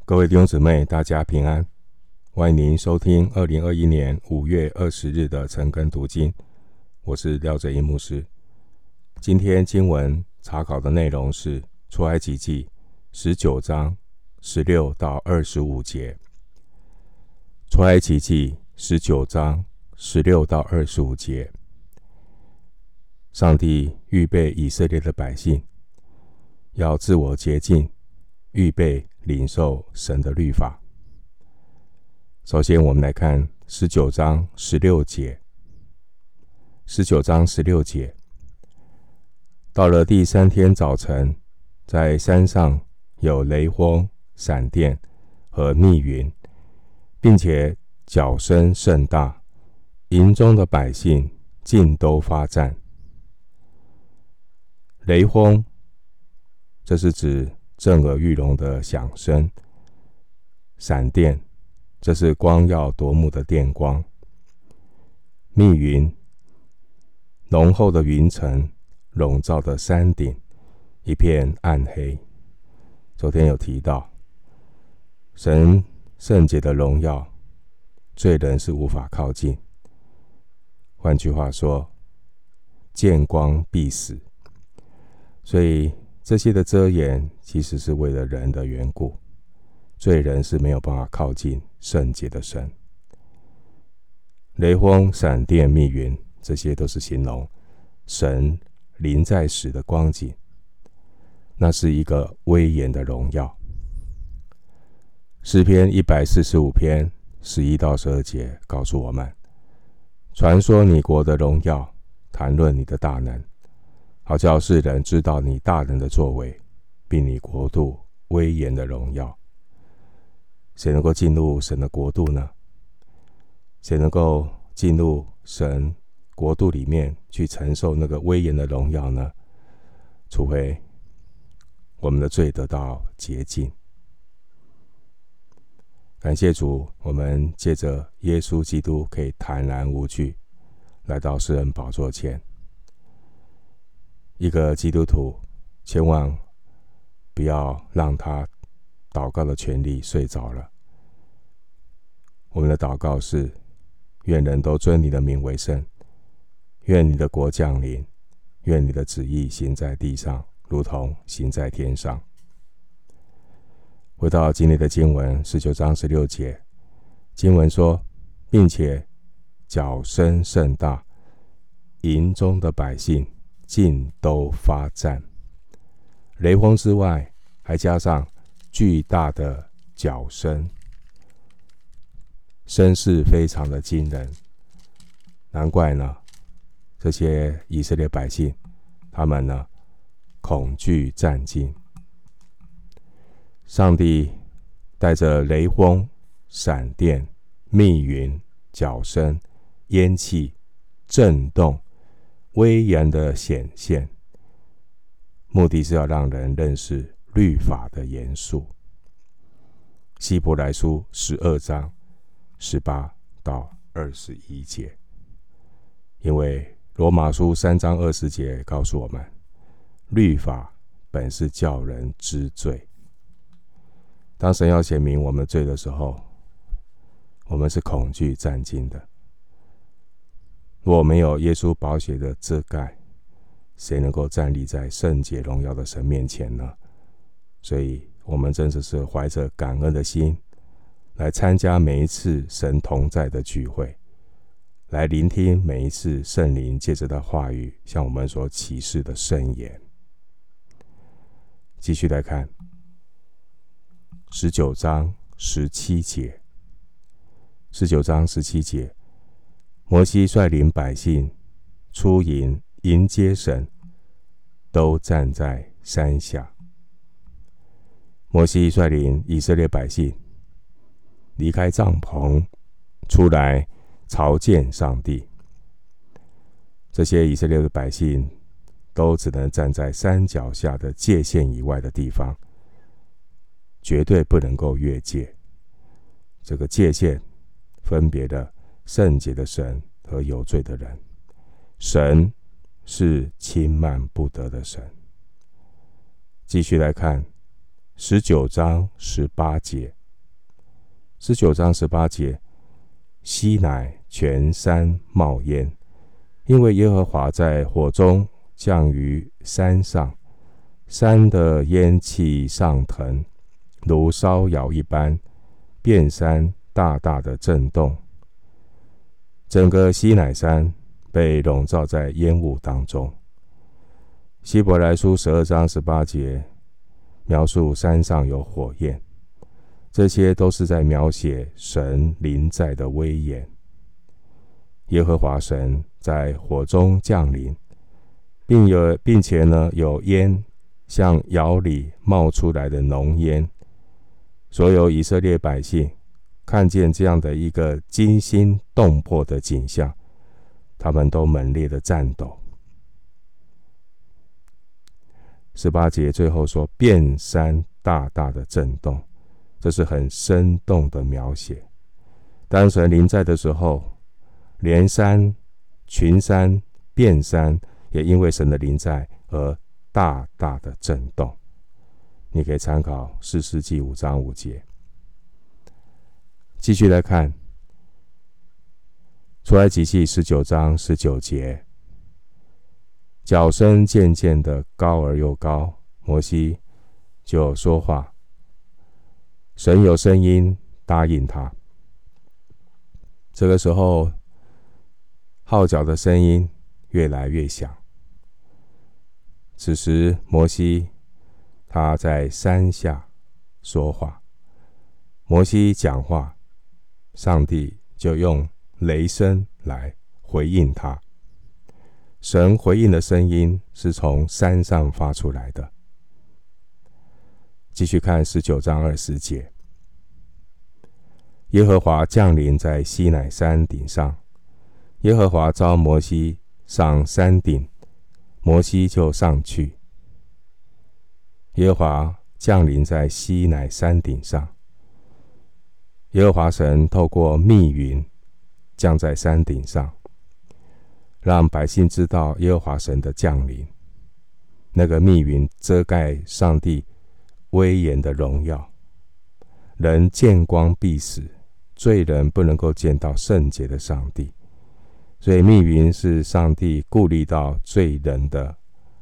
各位弟兄姊妹，大家平安！欢迎您收听2021年5月20日的晨更读经，我是廖哲一牧师。今天经文查考的内容是出埃及记19章16到25节。出埃及记19章16到25节，上帝预备以色列的百姓，要自我洁净，预备领受神的律法。首先我们来看19章16节。19章16节，到了第3天早晨，在山上有雷轰、闪电和密云，并且角声甚大，营中的百姓尽都发战。雷轰，这是指震耳欲聋的响声；闪电，这是光耀夺目的电光；密云，浓厚的云层笼罩的山顶，一片暗黑。昨天有提到，神圣洁的荣耀，罪人是无法靠近。换句话说，见光必死。所以这些的遮掩其实是为了人的缘故，罪人是没有办法靠近圣洁的神。雷轰、闪电、密云，这些都是形容神临在时的光景，那是一个威严的荣耀。诗篇145篇11到12节告诉我们，传说你国的荣耀，谈论你的大能，好叫世人知道你大能的作为，并你国度威严的荣耀。谁能够进入神的国度呢？谁能够进入神国度里面去承受那个威严的荣耀呢？除非我们的罪得到洁净。感谢主，我们借着耶稣基督可以坦然无惧来到施恩宝座前。一个基督徒千万不要让他祷告的权利睡着了。我们的祷告是：愿人都尊你的名为圣，愿你的国降临，愿你的旨意行在地上，如同行在天上。回到今天的经文19章16节，经文说，并且角声甚大，营中的百姓尽都发战。雷轰之外，还加上巨大的角声，声势非常的惊人。难怪呢，这些以色列百姓，他们呢恐惧战惊。上帝带着雷轰、闪电、密云、角声、烟气、震动、威严的显现，目的是要让人认识律法的严肃。希伯来书12章18到21节，因为罗马书3章20节告诉我们，律法本是叫人知罪。当神要显明我们罪的时候，我们是恐惧战惊的。若没有耶稣宝血的遮盖，谁能够站立在圣洁荣耀的神面前呢？所以我们真的是怀着感恩的心来参加每一次神同在的聚会，来聆听每一次圣灵借着他话语向我们所启示的圣言。继续来看19章17节。19章17节，摩西率领百姓出营迎接神，都站在山下。摩西率领以色列百姓离开帐篷，出来朝见上帝。这些以色列的百姓都只能站在山脚下的界限以外的地方，绝对不能够越界。这个界限分别了圣洁的神和有罪的人。神是轻慢不得的神。继续来看 19章18节。19章18节，西乃全山冒烟，因为耶和华在火中降于山上，山的烟气上腾，如烧窑一般，遍山大大的震动。整个西乃山被笼罩在烟雾当中。希伯来书12章18节描述山上有火焰，这些都是在描写神临在的威严。耶和华神在火中降临，并且有烟像窑里冒出来的浓烟。所有以色列百姓看见这样的一个惊心动魄的景象，他们都猛烈的战抖。18节最后说，遍山大大的震动，这是很生动的描写。当神临在的时候，连山、群山、遍山也因为神的临在而大大的震动。你可以参考士师记5章5节。继续来看出埃及记19章19节，角声渐渐的高而又高，摩西就说话，神有声音答应他。这个时候号角的声音越来越响。此时摩西他在山下说话，摩西讲话，上帝就用雷声来回应他。神回应的声音是从山上发出来的。继续看19章20节，耶和华降临在西乃山顶上，耶和华召摩西上山顶，摩西就上去。耶和华降临在西乃山顶上，耶和华神透过密云降在山顶上，让百姓知道耶和华神的降临。那个密云遮盖上帝威严的荣耀，人见光必死，罪人不能够见到圣洁的上帝。所以密云是上帝顾虑到罪人的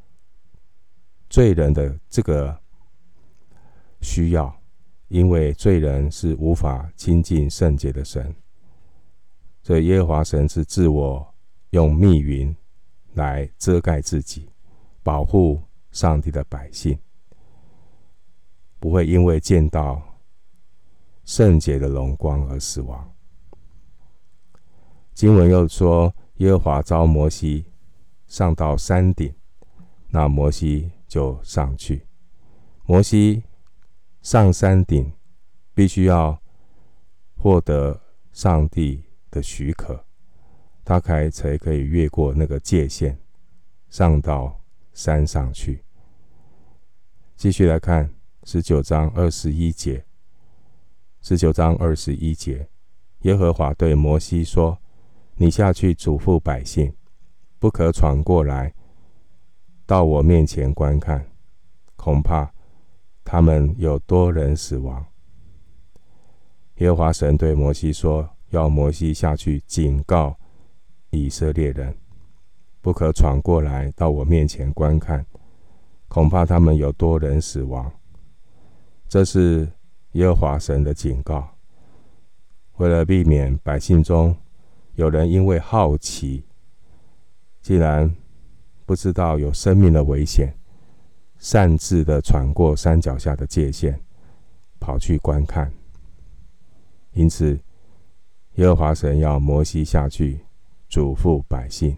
这个需要，因为罪人是无法亲近圣洁的神，所以耶和华神是自我用密云来遮盖自己，保护上帝的百姓，不会因为见到圣洁的荣光而死亡。经文又说，耶和华召摩西上到山顶，那摩西就上去。摩西上山顶必须要获得上帝的许可，他才可以越过那个界限，上到山上去。继续来看19章21节。19章21节，耶和华对摩西说，你下去嘱咐百姓，不可闯过来到我面前观看，恐怕他们有多人死亡。耶和华神对摩西说，要摩西下去警告以色列人，不可闯过来到我面前观看，恐怕他们有多人死亡。这是耶和华神的警告，为了避免百姓中有人因为好奇，既然不知道有生命的危险，擅自的闯过山脚下的界限，跑去观看。因此耶和华神要摩西下去嘱咐百姓。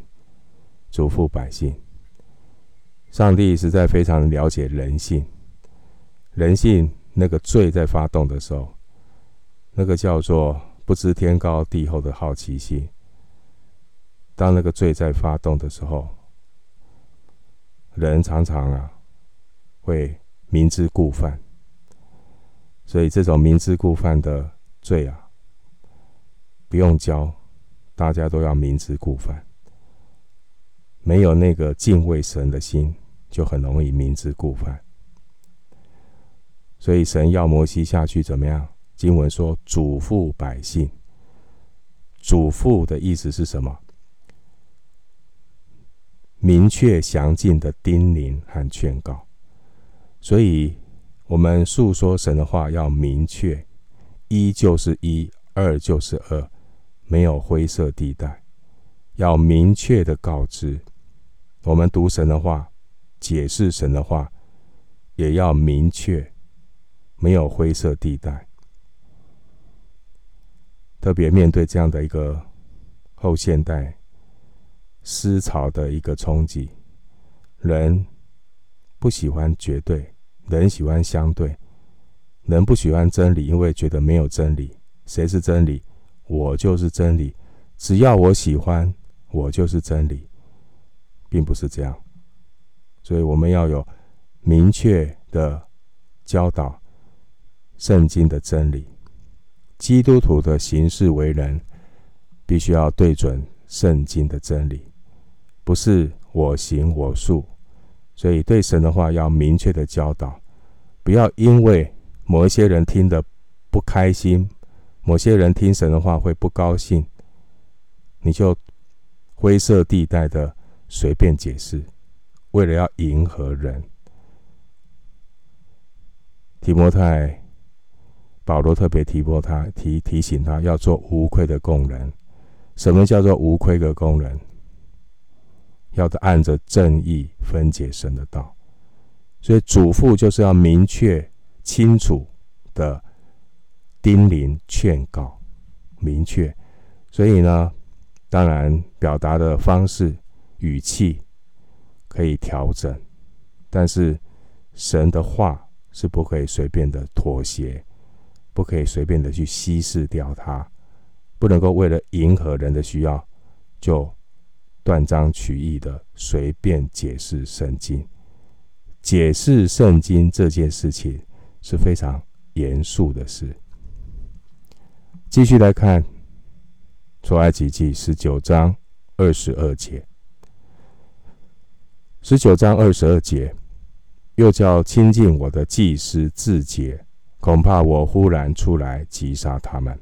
上帝实在非常了解人性，那个罪在发动的时候，那个叫做不知天高地厚的好奇心。当那个罪在发动的时候，人常常会明知故犯。所以这种明知故犯的罪不用教，大家都要明知故犯。没有那个敬畏神的心，就很容易明知故犯。 所以神要摩西下去怎么样？经文说嘱咐百姓。嘱咐的意思是什么？明确详尽的叮咛和劝告。所以我们述说神的话要明确，一就是一，二就是二，没有灰色地带，要明确的告知。我们读神的话，解释神的话，也要明确，没有灰色地带。特别面对这样的一个后现代思潮的一个冲击，人不喜欢绝对，人喜欢相对，人不喜欢真理，因为觉得没有真理。谁是真理？我就是真理，只要我喜欢，我就是真理，并不是这样。所以我们要有明确的教导圣经的真理。基督徒的行事为人必须要对准圣经的真理，不是我行我素。所以对神的话要明确的教导，不要因为某一些人听得不开心，某些人听神的话会不高兴，你就灰色地带的随便解释，为了要迎合人。提摩太，保罗特别提醒他要做无愧的工人。什么叫做无愧的工人？要按着正义分解神的道。所以嘱咐就是要明确清楚的叮咛劝告，明确。所以呢，当然表达的方式语气可以调整，但是神的话是不可以随便的妥协，不可以随便的去稀释掉它，不能够为了迎合人的需要就断章取义的随便解释圣经。解释圣经这件事情是非常严肃的事。继续来看出埃及记19章22节。19章22节，又叫亲近我的祭司自洁，恐怕我忽然出来击杀他们。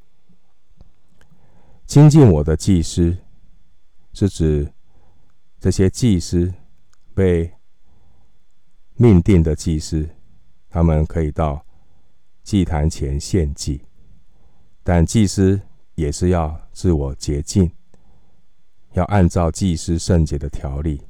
亲近我的祭司是指这些祭司，被命定的祭司，他们可以到祭坛前献祭，但祭司也是要自我洁净，要按照祭司圣洁的条例，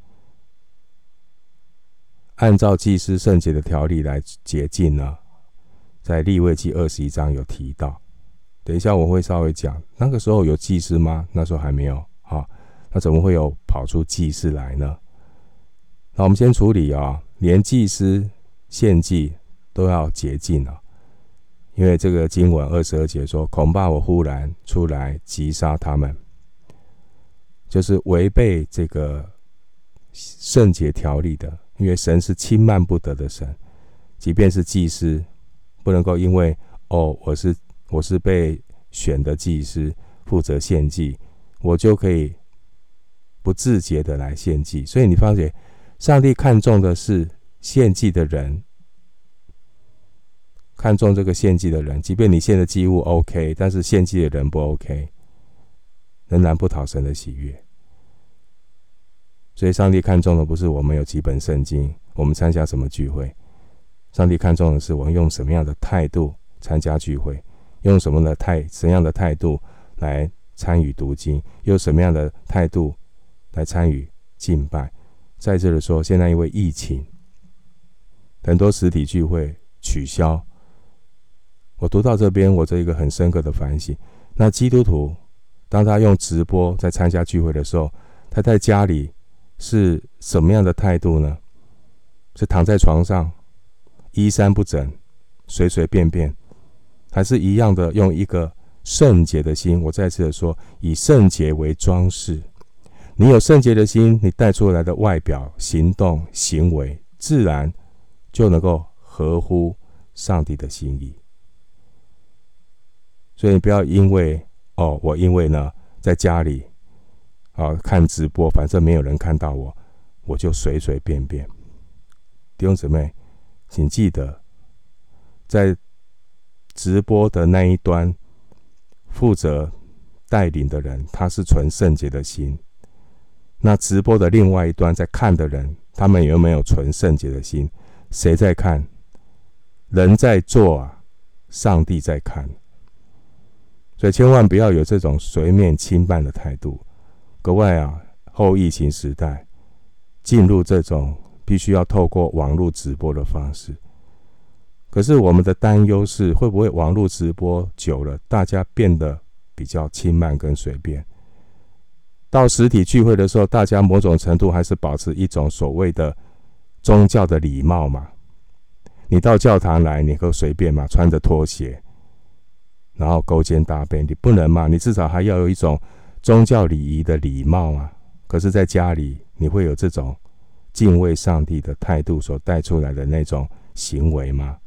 按照祭司圣洁的条例来洁净呢，在利未记21章有提到。等一下我会稍微讲，那个时候有祭司吗？那时候还没有。那怎么会有跑出祭司来呢？那我们先处理连祭司献祭都要洁净因为这个经文22节说，恐怕我忽然出来击杀他们，就是违背这个圣洁条例的。因为神是轻慢不得的神，即便是祭司，不能够因为我是被选的祭司，负责献祭，我就可以不自洁的来献祭。所以你发觉上帝看重的是献祭的人，看重这个献祭的人，即便你献的祭物 OK， 但是献祭的人不 OK， 仍然不讨神的喜悦。所以上帝看重的不是我们有几本圣经，我们参加什么聚会，上帝看重的是我们用什么样的态度参加聚会，用什么样的态度来参与读经，用什么样的态度来参与敬拜。在这里说，现在因为疫情，很多实体聚会取消。我读到这边，我这一个很深刻的反省。那基督徒当他用直播在参加聚会的时候，他在家里是什么样的态度呢？是躺在床上衣衫不整，随随便便，还是一样的用一个圣洁的心？我再次的说，以圣洁为装饰。你有圣洁的心，你带出来的外表、行动、行为，自然就能够合乎上帝的心意。所以你不要因为我因为呢在家里看直播，反正没有人看到我就随随便便。弟兄姊妹，请记得在直播的那一端负责带领的人，他是存圣洁的心。那直播的另外一端在看的人，他们有没有存圣洁的心？谁在看？人在做啊，上帝在看。所以千万不要有这种随面轻慢的态度。各位啊，后疫情时代进入这种必须要透过网络直播的方式，可是我们的担忧是，会不会网络直播久了，大家变得比较轻慢跟随便？到实体聚会的时候，大家某种程度还是保持一种所谓的宗教的礼貌嘛。你到教堂来，你可以随便嘛，穿着拖鞋，然后勾肩搭背，你不能嘛？你至少还要有一种宗教礼仪的礼貌啊。可是在家里，你会有这种敬畏上帝的态度所带出来的那种行为吗？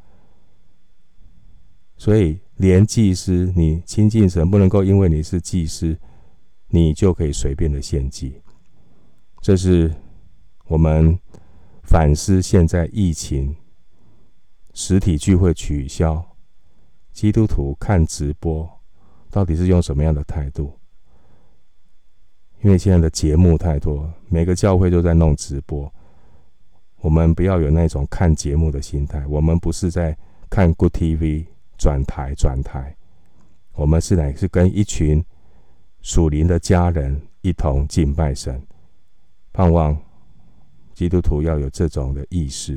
所以连祭司，你亲近神不能够因为你是祭司，你就可以随便的献祭。这是我们反思现在疫情实体聚会取消，基督徒看直播到底是用什么样的态度？因为现在的节目太多，每个教会都在弄直播，我们不要有那种看节目的心态。我们不是在看 Good TV 转台，我们是跟一群属灵的家人一同敬拜神。盼望基督徒要有这种的意识。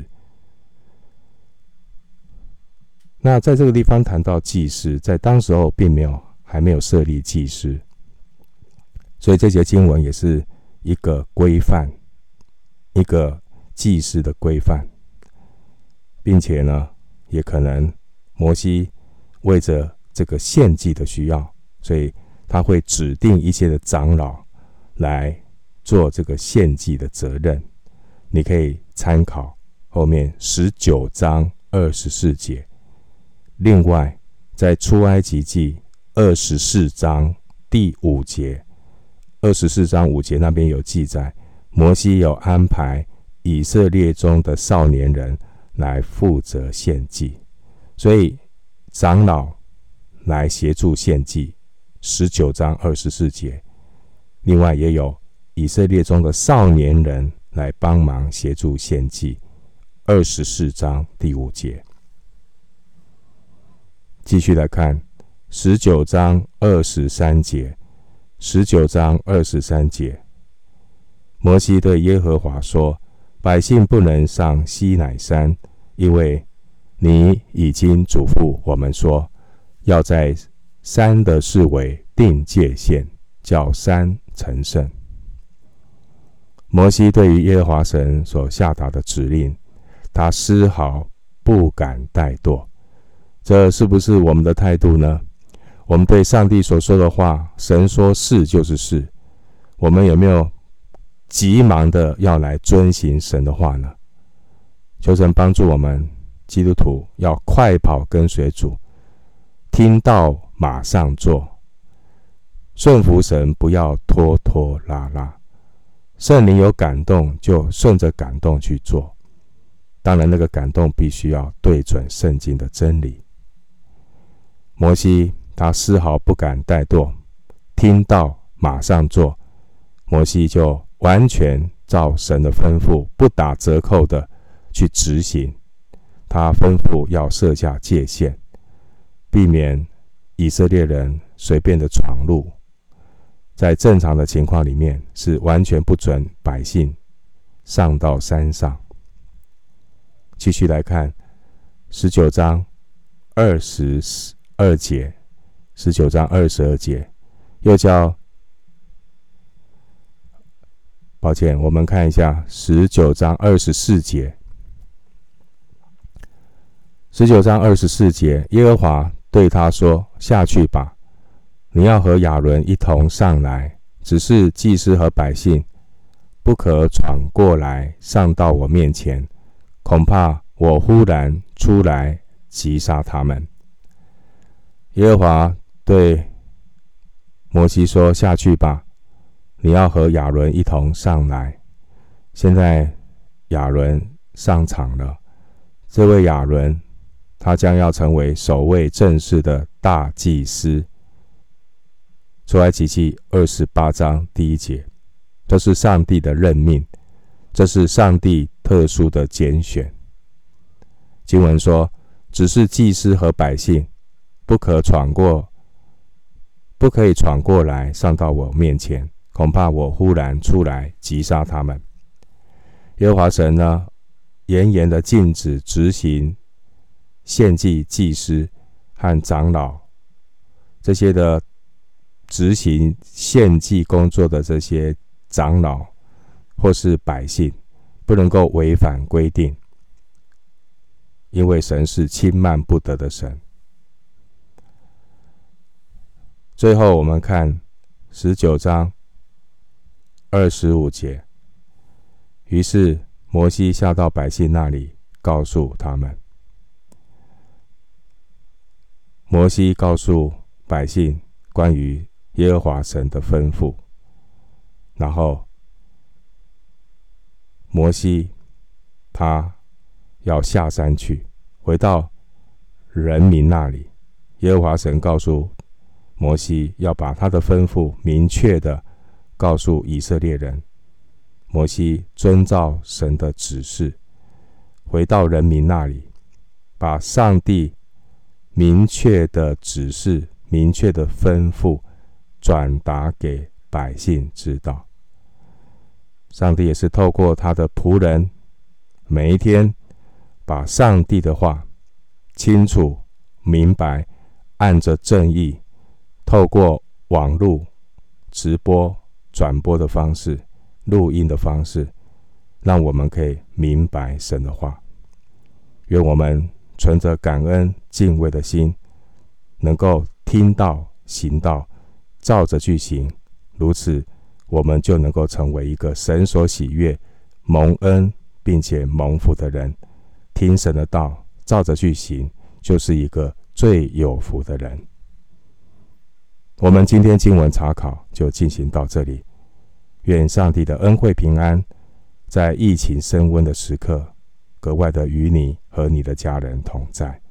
那在这个地方谈到祭司，在当时候还没有设立祭司，所以这节经文也是一个规范，一个祭司的规范，并且呢，也可能摩西为着这个献祭的需要，所以他会指定一些的长老来做这个献祭的责任。你可以参考后面19章24节。另外，在出埃及记24章第5节，24章5节那边有记载，摩西有安排以色列中的少年人来负责献祭，所以长老来协助献祭，19章24节。另外也有以色列中的少年人来帮忙协助献祭，24章第5节。继续来看19章23节，19章23节，摩西对耶和华说：百姓不能上西乃山，因为你已经嘱咐我们说，要在山的四围定界限，叫山成圣。摩西对于耶和华神所下达的指令，他丝毫不敢怠惰。这是不是我们的态度呢？我们对上帝所说的话，神说是就是是，我们有没有急忙的要来遵行神的话呢？求神帮助我们基督徒要快跑跟随主，听到马上做，顺服神，不要拖拖拉拉。圣灵有感动就顺着感动去做，当然那个感动必须要对准圣经的真理。摩西他丝毫不敢怠惰，听到马上做，摩西就完全照神的吩咐，不打折扣的去执行。他吩咐要设下界限，避免以色列人随便的闯入。在正常的情况里面，是完全不准百姓上到山上。继续来看19章22节，19章22节，又叫，抱歉，我们看一下19章24节。19章24节，耶和华对他说：下去吧，你要和亚伦一同上来，只是祭司和百姓不可闯过来上到我面前，恐怕我忽然出来击杀他们。耶和华对摩西说：下去吧，你要和亚伦一同上来。现在亚伦上场了，这位亚伦他将要成为首位正式的大祭司。出埃及记28章第1节，这是上帝的任命，这是上帝特殊的拣选。经文说，只是祭司和百姓不可以闯过来上到我面前，恐怕我忽然出来击杀他们。耶和华神呢，严严的禁止执行献祭祭司和长老这些的执行献祭工作的这些长老或是百姓，不能够违反规定，因为神是轻慢不得的神。最后我们看19章25节，于是摩西下到百姓那里，告诉他们。摩西告诉百姓关于耶和华神的吩咐，然后摩西他要下山去，回到人民那里。耶和华神告诉摩西，要把他的吩咐明确的告诉以色列人。摩西遵照神的指示，回到人民那里，把上帝明确的指示、明确的吩咐转达给百姓知道。上帝也是透过他的仆人，每一天把上帝的话清楚明白，按着正义，透过网络直播转播的方式、录音的方式，让我们可以明白神的话。愿我们存着感恩敬畏的心，能够听到行道，照着去行，如此我们就能够成为一个神所喜悦、蒙恩并且蒙福的人。听神的道，照着去行，就是一个最有福的人。我们今天经文查考就进行到这里。愿上帝的恩惠平安，在疫情升温的时刻，格外的与你和你的家人同在。